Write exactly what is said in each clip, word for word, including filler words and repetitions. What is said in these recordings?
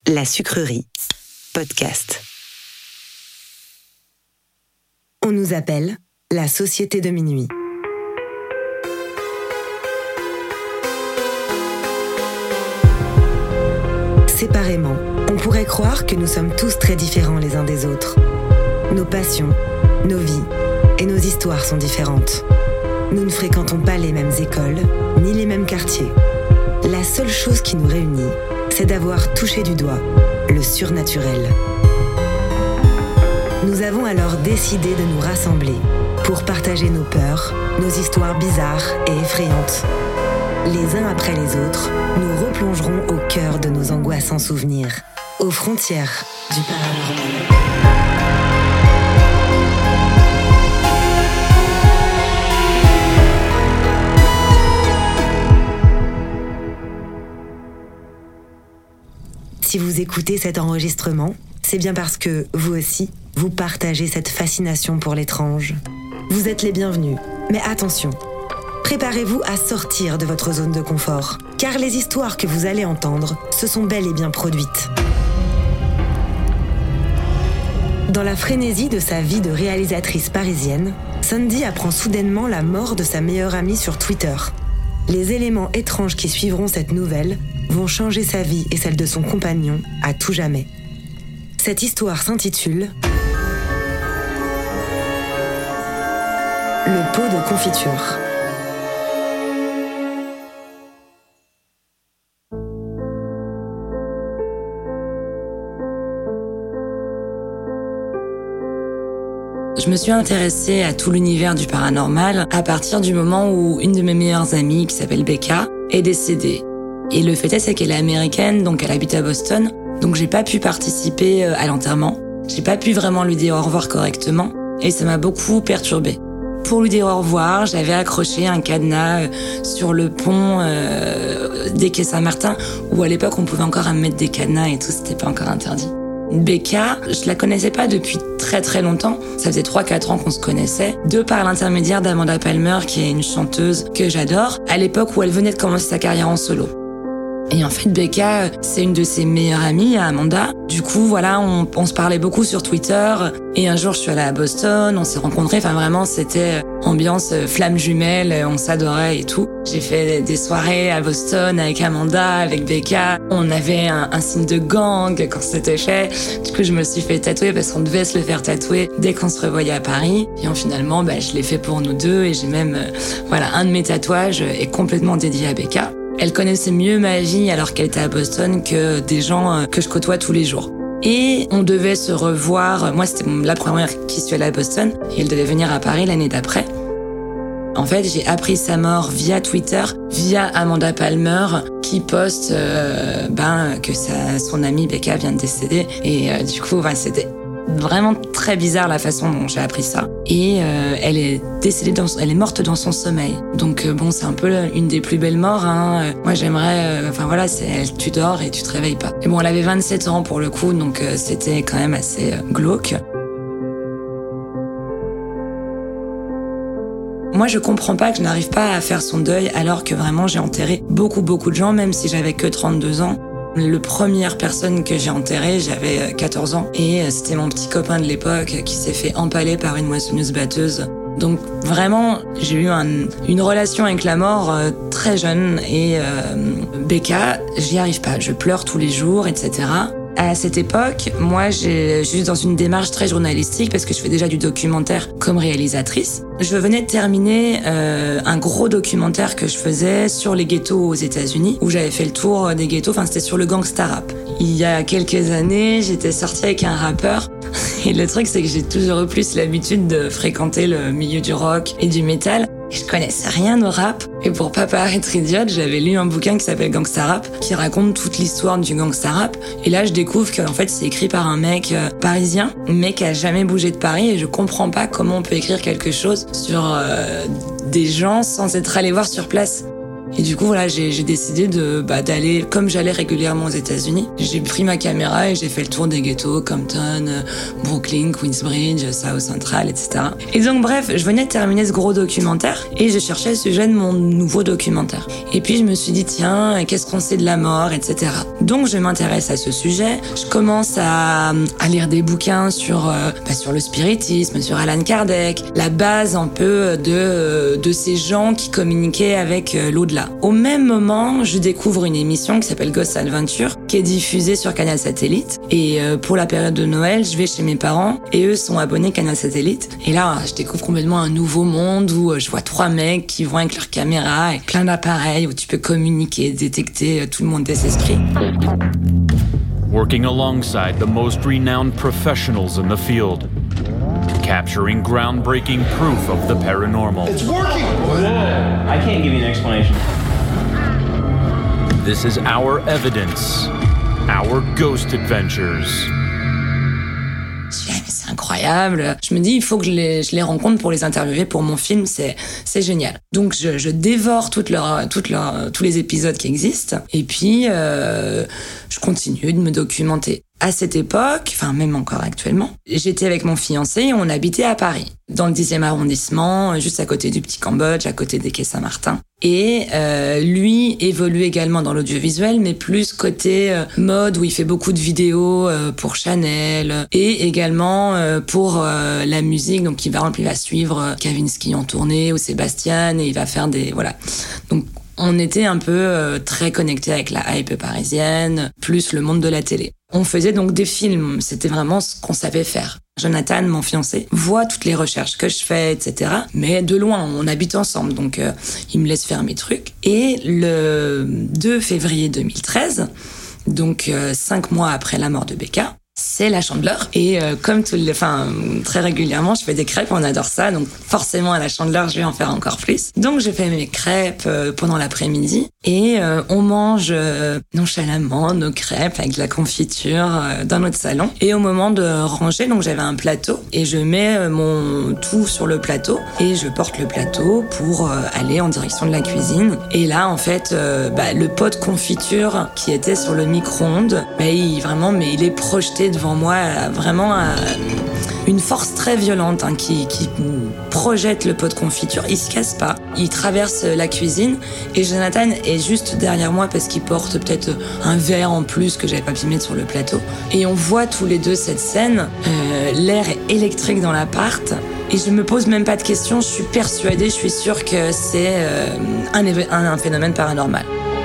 La Sucrerie, podcast. On nous appelle la Société de Minuit. Séparément, on pourrait croire que nous sommes tous très différents les uns des autres. Nos passions, nos vies et nos histoires sont différentes. Nous ne fréquentons pas les mêmes écoles, ni les mêmes quartiers. La seule chose qui nous réunit, c'est d'avoir touché du doigt le surnaturel. Nous avons alors décidé de nous rassembler pour partager nos peurs, nos histoires bizarres et effrayantes. Les uns après les autres, nous replongerons au cœur de nos angoissants souvenirs, aux frontières du paranormal. Si vous écoutez cet enregistrement, c'est bien parce que, vous aussi, vous partagez cette fascination pour l'étrange. Vous êtes les bienvenus, mais attention, préparez-vous à sortir de votre zone de confort, car les histoires que vous allez entendre se sont bel et bien produites. Dans la frénésie de sa vie de réalisatrice parisienne, Sandy apprend soudainement la mort de sa meilleure amie sur Twitter. Les éléments étranges qui suivront cette nouvelle vont changer sa vie et celle de son compagnon à tout jamais. Cette histoire s'intitule Le pot de confiture. Je me suis intéressée à tout l'univers du paranormal à partir du moment où une de mes meilleures amies, qui s'appelle Becca, est décédée. Et le fait est, c'est qu'elle est américaine, donc elle habite à Boston, donc j'ai pas pu participer à l'enterrement. J'ai pas pu vraiment lui dire au revoir correctement, et ça m'a beaucoup perturbée. Pour lui dire au revoir, j'avais accroché un cadenas sur le pont euh, des quais Saint-Martin, où à l'époque on pouvait encore mettre des cadenas et tout, c'était pas encore interdit. Becca, je la connaissais pas depuis très très longtemps. Ça faisait trois quatre ans qu'on se connaissait, de par l'intermédiaire d'Amanda Palmer, qui est une chanteuse que j'adore, à l'époque où elle venait de commencer sa carrière en solo. Et en fait, Becca, c'est une de ses meilleures amies, Amanda. Du coup, voilà, on, on se parlait beaucoup sur Twitter. Et un jour, je suis allée à Boston, on s'est rencontrés. Enfin, vraiment, c'était ambiance flamme jumelle, on s'adorait et tout. J'ai fait des soirées à Boston avec Amanda, avec Becca. On avait un, un signe de gang quand c'était fait. Du coup, je me suis fait tatouer parce qu'on devait se le faire tatouer dès qu'on se revoyait à Paris. Et en, finalement, bah, je l'ai fait pour nous deux. Et j'ai même, euh, voilà, un de mes tatouages est complètement dédié à Becca. Elle connaissait mieux ma vie alors qu'elle était à Boston que des gens que je côtoie tous les jours. Et on devait se revoir, moi c'était la première qui suis allée à Boston, et elle devait venir à Paris l'année d'après. En fait, j'ai appris sa mort via Twitter, via Amanda Palmer, qui poste euh, ben, que sa, son amie Becca vient de décéder. Et euh, du coup, ben, c'était vraiment très bizarre la façon dont j'ai appris ça. Et euh, elle est décédée, dans, elle est morte dans son sommeil. Donc euh, bon, c'est un peu une des plus belles morts. Hein. Moi, j'aimerais, euh, enfin voilà, c'est, tu dors et tu te réveilles pas. Et bon, elle avait vingt-sept ans pour le coup, donc euh, c'était quand même assez euh, glauque. Moi, je comprends pas que je n'arrive pas à faire son deuil alors que vraiment j'ai enterré beaucoup beaucoup de gens, même si j'avais que trente-deux ans. Le première personne que j'ai enterrée, j'avais quatorze ans, et c'était mon petit copain de l'époque qui s'est fait empaler par une moissonneuse-batteuse. Donc vraiment, j'ai eu un, une relation avec la mort euh, très jeune, et euh, Becca, j'y arrive pas, je pleure tous les jours, et cetera. À cette époque, moi, j'ai juste dans une démarche très journalistique, parce que je fais déjà du documentaire comme réalisatrice. Je venais de terminer euh, un gros documentaire que je faisais sur les ghettos aux États-Unis, où j'avais fait le tour des ghettos. Enfin, c'était sur le gangsta rap. Il y a quelques années, j'étais sortie avec un rappeur. Et le truc, c'est que j'ai toujours eu plus l'habitude de fréquenter le milieu du rock et du métal. Et je connaissais rien au rap. Et pour pas paraître idiote, j'avais lu un bouquin qui s'appelle Gangsta Rap, qui raconte toute l'histoire du gangsta rap. Et là, je découvre qu'en fait, c'est écrit par un mec euh, parisien, mais qui a jamais bougé de Paris. Et je comprends pas comment on peut écrire quelque chose sur euh, des gens sans être allé voir sur place. Et du coup, voilà, j'ai, j'ai décidé de, bah, d'aller, comme j'allais régulièrement aux États-Unis, j'ai pris ma caméra et j'ai fait le tour des ghettos, Compton, Brooklyn, Queensbridge, South Central, et cetera. Et donc, bref, je venais de terminer ce gros documentaire et je cherchais le sujet de mon nouveau documentaire. Et puis, je me suis dit, tiens, qu'est-ce qu'on sait de la mort, et cetera. Donc, je m'intéresse à ce sujet. Je commence à, à lire des bouquins sur, euh, bah, sur le spiritisme, sur Allan Kardec, la base un peu de, de ces gens qui communiquaient avec l'au-delà. Au même moment, je découvre une émission qui s'appelle Ghost Adventure, qui est diffusée sur Canal Satellite. Et euh, pour la période de Noël, je vais chez mes parents et eux sont abonnés Canal Satellite. Et là, je découvre complètement un nouveau monde où je vois trois mecs qui vont avec leur caméra et plein d'appareils où tu peux communiquer, détecter tout le monde des esprits. Working alongside the most renowned professionals in the field, capturing groundbreaking proof of the paranormal. It's working! Whoa. I can't give you an explanation. This is our evidence, our ghost adventures. C'est incroyable. Je me dis, il faut que je les, je les rencontre pour les interviewer pour mon film, c'est, c'est génial. Donc, je, je dévore toutes leurs, toutes leurs, tous les épisodes qui existent. Et puis, euh, je continue de me documenter. À cette époque, enfin même encore actuellement, j'étais avec mon fiancé, on habitait à Paris, dans le dixième arrondissement, juste à côté du Petit Cambodge, à côté des quais Saint-Martin. Et euh, lui évolue également dans l'audiovisuel, mais plus côté euh, mode, où il fait beaucoup de vidéos euh, pour Chanel, et également euh, pour euh, la musique. Donc il va, il va suivre euh, Kavinsky en tournée, ou Sébastien, et il va faire des... voilà. Donc on était un peu euh, très connectés avec la hype parisienne, plus le monde de la télé. On faisait donc des films, c'était vraiment ce qu'on savait faire. Jonathan, mon fiancé, voit toutes les recherches que je fais, et cetera. Mais de loin, on habite ensemble, donc euh, il me laisse faire mes trucs. Et le deux février deux mille treize, donc euh, cinq mois après la mort de Becca, c'est la Chandeleur. Et euh, comme tout le, enfin, très régulièrement, je fais des crêpes, on adore ça. Donc forcément, à la Chandeleur, je vais en faire encore plus. Donc je fais mes crêpes euh, pendant l'après-midi. Et euh, on mange euh, nonchalamment nos crêpes avec de la confiture euh, dans notre salon. Et au moment de ranger, donc j'avais un plateau. Et je mets euh, mon tout sur le plateau. Et je porte le plateau pour euh, aller en direction de la cuisine. Et là, en fait, euh, bah, le pot de confiture qui était sur le micro-ondes, bah, il, vraiment, mais il est projeté devant moi, vraiment euh, une force très violente hein, qui, qui projette le pot de confiture. Il se casse pas, il traverse la cuisine et Jonathan est juste derrière moi parce qu'il porte peut-être un verre en plus que j'avais pas pu mettre sur le plateau. Et on voit tous les deux cette scène, euh, l'air est électrique dans l'appart. Et je me pose même pas de questions, je suis persuadée, je suis sûre que c'est euh, un, un, un phénomène paranormal.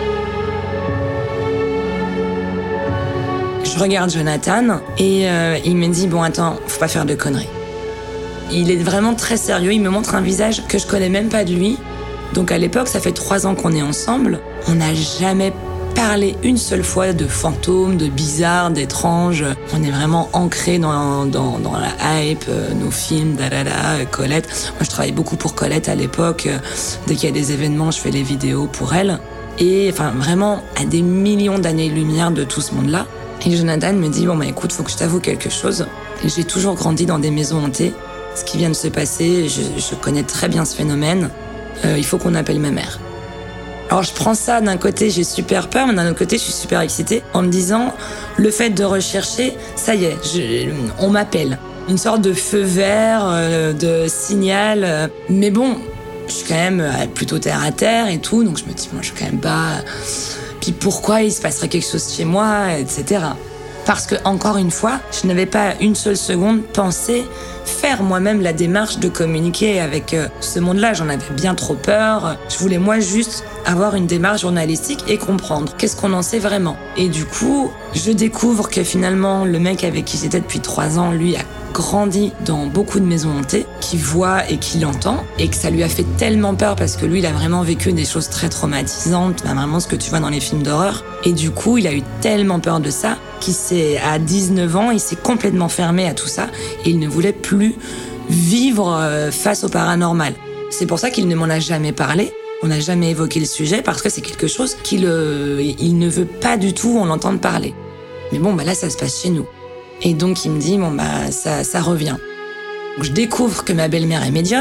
Je regarde Jonathan et euh, il me dit « Bon, attends, faut pas faire de conneries. » Il est vraiment très sérieux, il me montre un visage que je connais même pas de lui. Donc à l'époque, ça fait trois ans qu'on est ensemble. On n'a jamais parlé une seule fois de fantômes, de bizarre, d'étrange. On est vraiment ancrés dans, dans, dans la hype, euh, nos films, dalala, Colette. Moi, je travaillais beaucoup pour Colette à l'époque. Dès qu'il y a des événements, je fais les vidéos pour elle. Et enfin, vraiment, à des millions d'années-lumière de tout ce monde-là. Et Jonathan me dit, bon bah écoute, faut que je t'avoue quelque chose. J'ai toujours grandi dans des maisons hantées. Ce qui vient de se passer, je, je connais très bien ce phénomène. Euh, il faut qu'on appelle ma mère. Alors je prends ça, d'un côté j'ai super peur, mais d'un autre côté je suis super excitée en me disant, le fait de rechercher, ça y est, je, on m'appelle. Une sorte de feu vert, euh, de signal. Euh, mais bon, je suis quand même euh, plutôt terre à terre et tout, donc je me dis, moi je suis quand même pas... Puis pourquoi il se passerait quelque chose chez moi, et cetera. Parce que, encore une fois, je n'avais pas une seule seconde pensé faire moi-même la démarche de communiquer avec euh, ce monde-là. J'en avais bien trop peur. Je voulais moi juste avoir une démarche journalistique et comprendre qu'est-ce qu'on en sait vraiment. Et du coup, je découvre que finalement, le mec avec qui j'étais depuis trois ans, lui, a grandi dans beaucoup de maisons hantées, qui voit et qui l'entend, et que ça lui a fait tellement peur parce que lui, il a vraiment vécu des choses très traumatisantes, vraiment ce que tu vois dans les films d'horreur. Et du coup, il a eu tellement peur de ça qu'il s'est, à dix-neuf ans, il s'est complètement fermé à tout ça et il ne voulait plus vivre face au paranormal. C'est pour ça qu'il ne m'en a jamais parlé. On n'a jamais évoqué le sujet parce que c'est quelque chose qu'il euh, il ne veut pas du tout en entendre parler. Mais bon, bah là, ça se passe chez nous. Et donc, il me dit, bon, bah, ça, ça revient. Donc, je découvre que ma belle-mère est médium.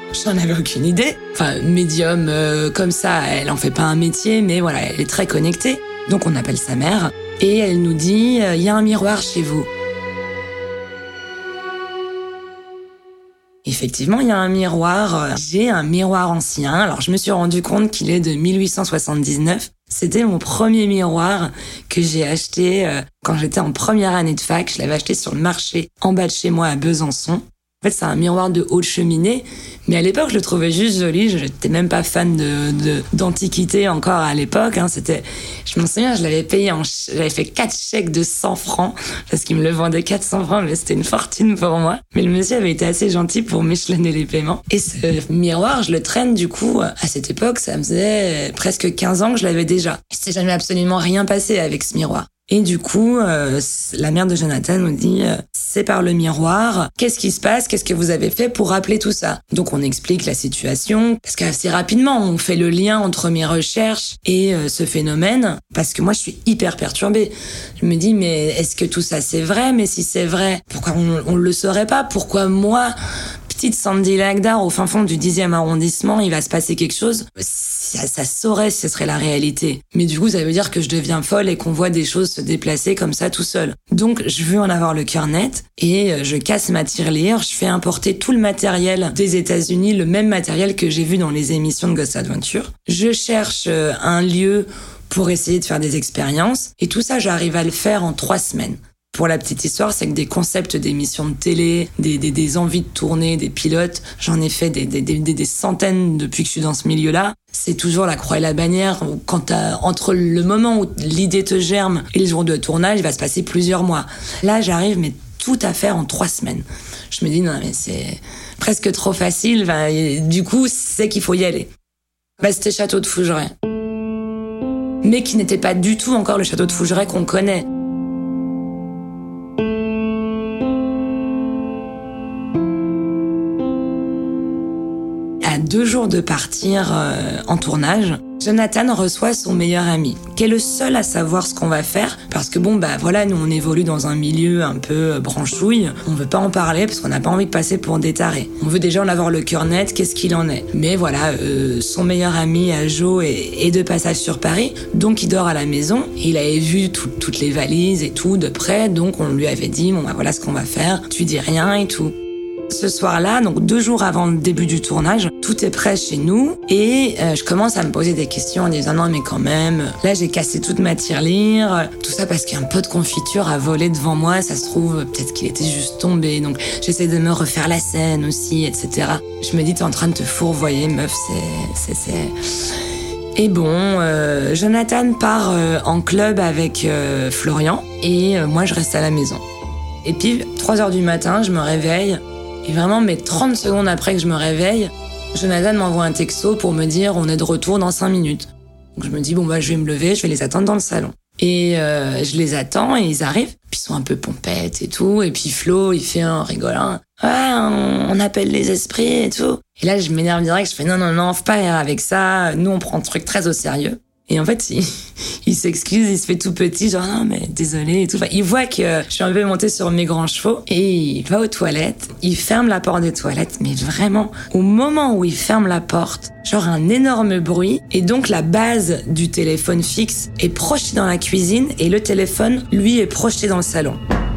J'en avais aucune idée. Enfin, médium euh, comme ça, elle en fait pas un métier, mais voilà, elle est très connectée. Donc on appelle sa mère et elle nous dit « il y a un miroir chez vous ». Effectivement, il y a un miroir. J'ai un miroir ancien. Alors, je me suis rendu compte qu'il est de mille huit cent soixante-dix-neuf. C'était mon premier miroir que j'ai acheté euh, quand j'étais en première année de fac. Je l'avais acheté sur le marché en bas de chez moi à Besançon. En fait, c'est un miroir de haute cheminée, mais à l'époque, je le trouvais juste joli. Je n'étais même pas fan de, de d'antiquité encore à l'époque. Hein. C'était, je m'en souviens, je l'avais payé en, j'avais fait quatre chèques de cent francs parce qu'il me le vendait quatre cents francs, mais c'était une fortune pour moi. Mais le monsieur avait été assez gentil pour m'échelonner les paiements. Et ce miroir, je le traîne du coup à cette époque. Ça me faisait presque quinze ans que je l'avais déjà. Il s'est jamais absolument rien passé avec ce miroir. Et du coup, euh, la mère de Jonathan nous dit euh, « c'est par le miroir, qu'est-ce qui se passe, qu'est-ce que vous avez fait pour rappeler tout ça ?» Donc on explique la situation, parce qu'assez rapidement, on fait le lien entre mes recherches et euh, ce phénomène, parce que moi je suis hyper perturbée. Je me dis « mais est-ce que tout ça c'est vrai ? Mais si c'est vrai, pourquoi on, on le saurait pas ? Pourquoi moi ?» Petite Sandy Lagdar au fin fond du dixième arrondissement, il va se passer quelque chose. Ça, ça saurait si ce serait la réalité. Mais du coup, ça veut dire que je deviens folle et qu'on voit des choses se déplacer comme ça tout seul. Donc, je veux en avoir le cœur net et je casse ma tirelire. Je fais importer tout le matériel des États-Unis, le même matériel que j'ai vu dans les émissions de Ghost Adventure. Je cherche un lieu pour essayer de faire des expériences. Et tout ça, j'arrive à le faire en trois semaines. Pour la petite histoire, c'est que des concepts d'émissions de télé, des, des, des envies de tourner, des pilotes, j'en ai fait des, des, des, des centaines depuis que je suis dans ce milieu-là. C'est toujours la croix et la bannière. Quand t'as, entre le moment où l'idée te germe et le jour de tournage, il va se passer plusieurs mois. Là, j'arrive mais tout à faire en trois semaines. Je me dis, non mais c'est presque trop facile. Enfin, du coup, c'est qu'il faut y aller. Bah, c'était Château de Fougeray. Mais qui n'était pas du tout encore le Château de Fougeray qu'on connaît. Deux jours de partir euh, en tournage, Jonathan reçoit son meilleur ami, qui est le seul à savoir ce qu'on va faire, parce que bon, bah voilà, nous on évolue dans un milieu un peu branchouille, on veut pas en parler parce qu'on n'a pas envie de passer pour des tarés. On veut déjà en avoir le cœur net, qu'est-ce qu'il en est. Mais voilà, euh, son meilleur ami, Joe, est, est de passage sur Paris, donc il dort à la maison, et il avait vu tout, toutes les valises et tout de près, donc on lui avait dit, bon bah voilà ce qu'on va faire, tu dis rien et tout. Ce soir-là, donc deux jours avant le début du tournage, tout est prêt chez nous et euh, je commence à me poser des questions en disant non mais quand même, là j'ai cassé toute ma tirelire, tout ça parce qu'un pot de confiture a volé devant moi, ça se trouve peut-être qu'il était juste tombé, donc j'essaie de me refaire la scène aussi, et cetera. Je me dis t'es en train de te fourvoyer meuf, c'est... c'est, c'est... Et bon, euh, Jonathan part euh, en club avec euh, Florian et euh, moi je reste à la maison. Et puis trois heures du matin, je me réveille. Et vraiment, mais trente secondes après que je me réveille, Jonathan m'envoie un texto pour me dire « on est de retour dans cinq minutes ». Donc je me dis « bon bah je vais me lever, je vais les attendre dans le salon ». Et euh, je les attends et ils arrivent, puis ils sont un peu pompettes et tout. Et puis Flo, il fait un rigolant « ouais, on, on appelle les esprits et tout ». Et là, je m'énerve direct, je fais « non, non, non, faut pas rire avec ça, nous on prend le truc très au sérieux ». Et en fait, il, il s'excuse, il se fait tout petit, genre non mais désolé et tout. Enfin, il voit que je suis un peu montée sur mes grands chevaux et il va aux toilettes, il ferme la porte des toilettes, mais vraiment, au moment où il ferme la porte, genre un énorme bruit et donc la base du téléphone fixe est projetée dans la cuisine et le téléphone, lui, est projeté dans le salon.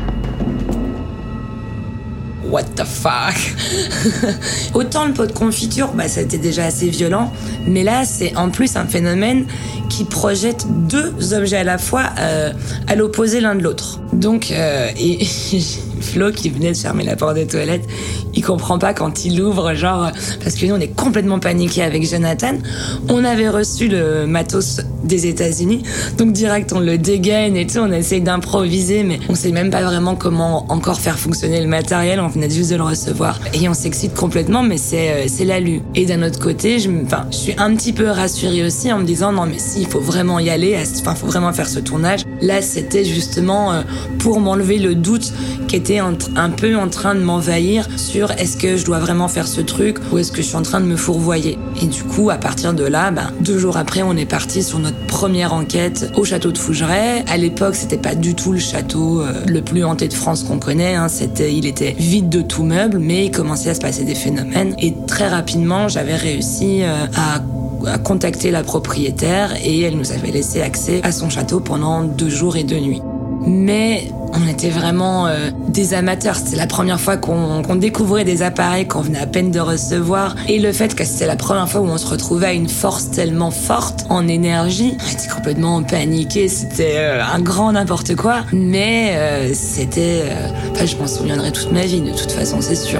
What the fuck. Autant le pot de confiture, bah ça a été déjà assez violent, mais là c'est en plus un phénomène qui projette deux objets à la fois euh, à l'opposé l'un de l'autre. Donc euh, et Flo qui venait de fermer la porte des toilettes, il comprend pas quand il ouvre, genre parce que nous on est complètement paniqués avec Jonathan. On avait reçu le matos des États-Unis, donc direct on le dégaine et tout, on essaye d'improviser, mais on sait même pas vraiment comment encore faire fonctionner le matériel. On venait juste de le recevoir et on s'excite complètement, mais c'est c'est l'alu. Et d'un autre côté, je, enfin, je suis un petit peu rassurée aussi en me disant non mais si, il faut vraiment y aller, enfin faut vraiment faire ce tournage. Là c'était justement pour m'enlever le doute qui était un, un peu en train de m'envahir sur sur est-ce que je dois vraiment faire ce truc ou est-ce que je suis en train de me fourvoyer. Et du coup, à partir de là, ben, deux jours après, on est parti sur notre première enquête au château de Fougeray. À l'époque, c'était pas du tout le château euh, le plus hanté de France qu'on connaît. Hein. C'était, il était vide de tout meuble, mais il commençait à se passer des phénomènes. Et très rapidement, j'avais réussi euh, à à contacter la propriétaire et elle nous avait laissé accès à son château pendant deux jours et deux nuits. Mais on était vraiment euh, des amateurs. C'était la première fois qu'on, qu'on découvrait des appareils qu'on venait à peine de recevoir. Et le fait que c'était la première fois où on se retrouvait à une force tellement forte en énergie, on était complètement paniqués. C'était euh, un grand n'importe quoi. Mais euh, c'était... Euh, enfin, je m'en souviendrai toute ma vie, de toute façon, c'est sûr.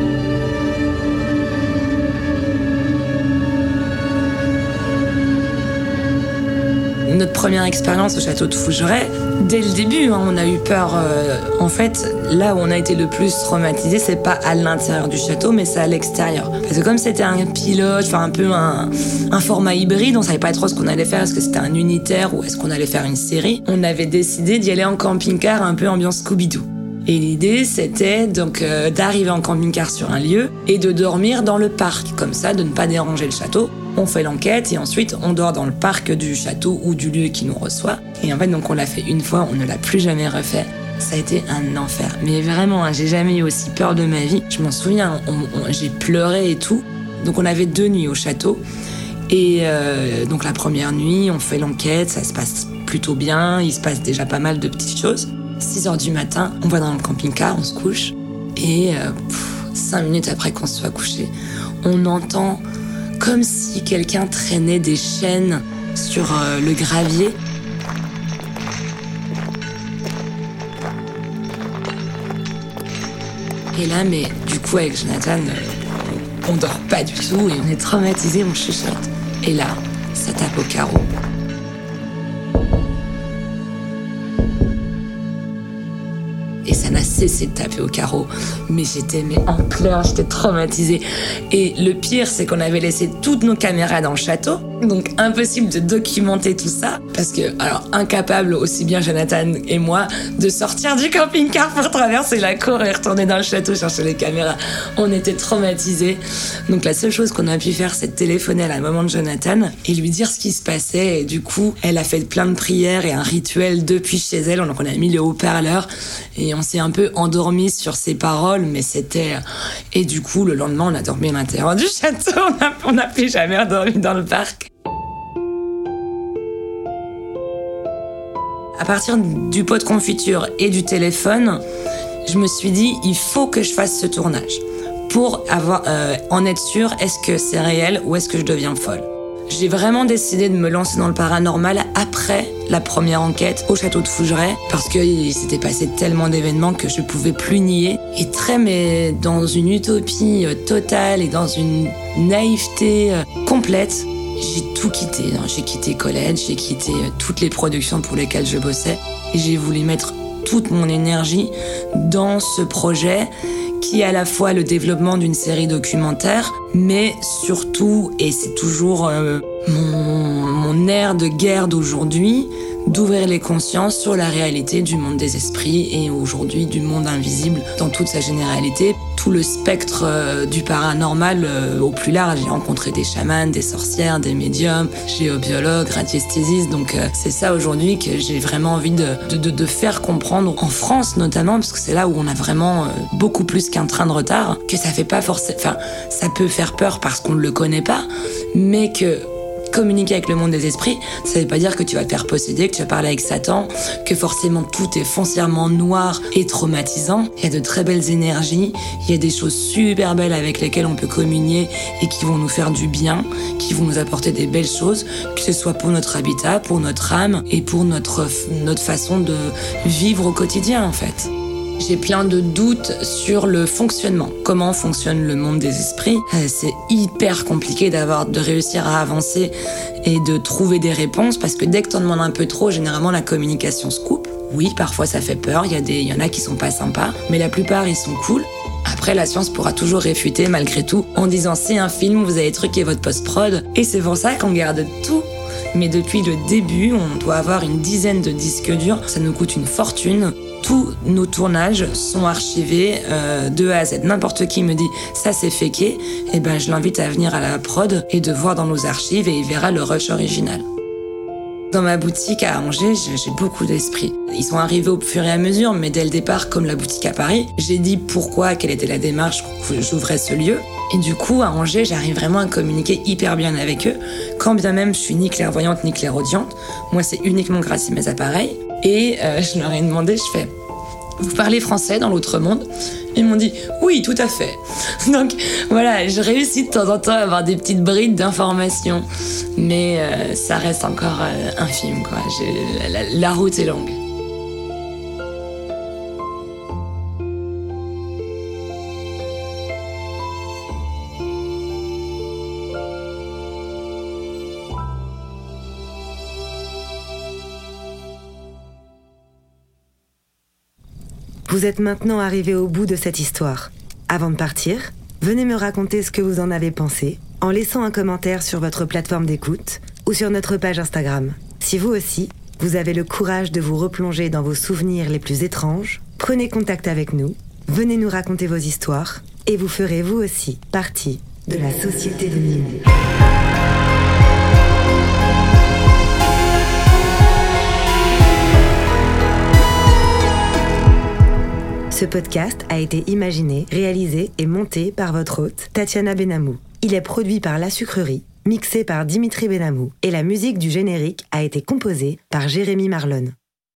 Notre première expérience au château de Fougeray, dès le début, hein, on a eu peur. Euh, en fait, là où on a été le plus traumatisé, c'est pas à l'intérieur du château, mais c'est à l'extérieur. Parce que comme c'était un pilote, enfin un peu un, un format hybride, on savait pas trop ce qu'on allait faire. Est-ce que c'était un unitaire ou est-ce qu'on allait faire une série? On avait décidé d'y aller en camping-car, un peu ambiance Scooby-Doo. Et l'idée, c'était donc euh, d'arriver en camping-car sur un lieu et de dormir dans le parc, comme ça, de ne pas déranger le château. On fait l'enquête et ensuite on dort dans le parc du château ou du lieu qui nous reçoit. Et en fait, donc on l'a fait une fois, on ne l'a plus jamais refait. Ça a été un enfer. Mais vraiment, hein, j'ai jamais eu aussi peur de ma vie. Je m'en souviens, on, on, j'ai pleuré et tout. Donc on avait deux nuits au château. Et euh, donc la première nuit, on fait l'enquête, ça se passe plutôt bien. Il se passe déjà pas mal de petites choses. six heures du matin, on va dans le camping-car, on se couche. Et euh, pff, cinq minutes après qu'on se soit couché, on entend... comme si quelqu'un traînait des chaînes sur euh, le gravier. Et là, mais du coup, avec Jonathan, euh, on dort pas du tout et on est traumatisés, on chuchote. Et là, ça tape au carreau. Et ça n'a cessé de taper au carreau. Mais j'étais mais en pleurs, j'étais traumatisée. Et le pire, c'est qu'on avait laissé toutes nos caméras dans le château. Donc impossible de documenter tout ça. Parce que, alors, incapable, aussi bien Jonathan et moi, de sortir du camping-car pour traverser la cour et retourner dans le château chercher les caméras. On était traumatisés. Donc la seule chose qu'on a pu faire, c'est de téléphoner à la maman de Jonathan et lui dire ce qui se passait. Et du coup, elle a fait plein de prières et un rituel depuis chez elle. Donc on a mis le haut-parleur et on s'est un peu endormi sur ses paroles, mais c'était... Et du coup, le lendemain, on a dormi à l'intérieur du château. On n'a plus jamais dormi dans le parc. À partir du pot de confiture et du téléphone, je me suis dit, il faut que je fasse ce tournage pour avoir, euh, en être sûre, est-ce que c'est réel ou est-ce que je deviens folle. J'ai vraiment décidé de me lancer dans le paranormal après la première enquête au château de Fougeray parce qu'il s'était passé tellement d'événements que je pouvais plus nier. Et très, mais dans une utopie totale et dans une naïveté complète, j'ai tout quitté. J'ai quitté collège, j'ai quitté toutes les productions pour lesquelles je bossais et j'ai voulu mettre toute mon énergie dans ce projet qui est à la fois le développement d'une série documentaire, mais surtout, et c'est toujours euh, mon, mon air de guerre d'aujourd'hui, d'ouvrir les consciences sur la réalité du monde des esprits et aujourd'hui du monde invisible dans toute sa généralité. Tout le spectre euh, du paranormal euh, au plus large. J'ai rencontré des chamans, des sorcières, des médiums, géobiologues, radiesthésistes. Donc euh, c'est ça aujourd'hui que j'ai vraiment envie de, de, de, de faire comprendre en France notamment, parce que c'est là où on a vraiment euh, beaucoup plus qu'un train de retard, que ça fait pas forcément... Enfin, ça peut faire peur parce qu'on ne le connaît pas, mais que communiquer avec le monde des esprits, ça veut pas dire que tu vas te faire posséder, que tu vas parler avec Satan, que forcément tout est foncièrement noir et traumatisant. Il y a de très belles énergies, il y a des choses super belles avec lesquelles on peut communier et qui vont nous faire du bien, qui vont nous apporter des belles choses, que ce soit pour notre habitat, pour notre âme et pour notre, notre façon de vivre au quotidien en fait. J'ai plein de doutes sur le fonctionnement. Comment fonctionne le monde des esprits ? euh, C'est hyper compliqué d'avoir, de réussir à avancer et de trouver des réponses parce que dès que t'en demandes un peu trop, généralement la communication se coupe. Oui, parfois ça fait peur, il y a des, il y en a qui sont pas sympas, mais la plupart ils sont cool. Après, la science pourra toujours réfuter malgré tout en disant c'est un film, vous avez truqué votre post-prod et c'est pour ça qu'on garde tout. Mais depuis le début, on doit avoir une dizaine de disques durs, ça nous coûte une fortune. tous nos tournages sont archivés euh, de A à Z. N'importe qui me dit ça c'est faké, et ben je l'invite à venir à la prod et de voir dans nos archives et il verra le rush original. Dans ma boutique à Angers, j'ai beaucoup d'esprit. Ils sont arrivés au fur et à mesure, mais dès le départ, comme la boutique à Paris, j'ai dit pourquoi, quelle était la démarche que j'ouvrais ce lieu. Et du coup, à Angers, j'arrive vraiment à communiquer hyper bien avec eux. Quand bien même je suis ni clairvoyante ni clairaudiente, moi c'est uniquement grâce à mes appareils. Et euh, je leur ai demandé, je fais... Vous parlez français dans l'autre monde ? Ils m'ont dit oui, tout à fait. Donc voilà, je réussis de temps en temps à avoir des petites brides d'informations, mais euh, ça reste encore euh, infime, quoi. J'ai, la, la route est longue. Vous êtes maintenant arrivé au bout de cette histoire. Avant de partir, venez me raconter ce que vous en avez pensé en laissant un commentaire sur votre plateforme d'écoute ou sur notre page Instagram. Si vous aussi, vous avez le courage de vous replonger dans vos souvenirs les plus étranges, prenez contact avec nous, venez nous raconter vos histoires et vous ferez vous aussi partie de la société de Nîmes. Ce podcast a été imaginé, réalisé et monté par votre hôte, Tatiana Benamou. Il est produit par La Sucrerie, mixé par Dimitri Benamou, et la musique du générique a été composée par Jérémy Marlon.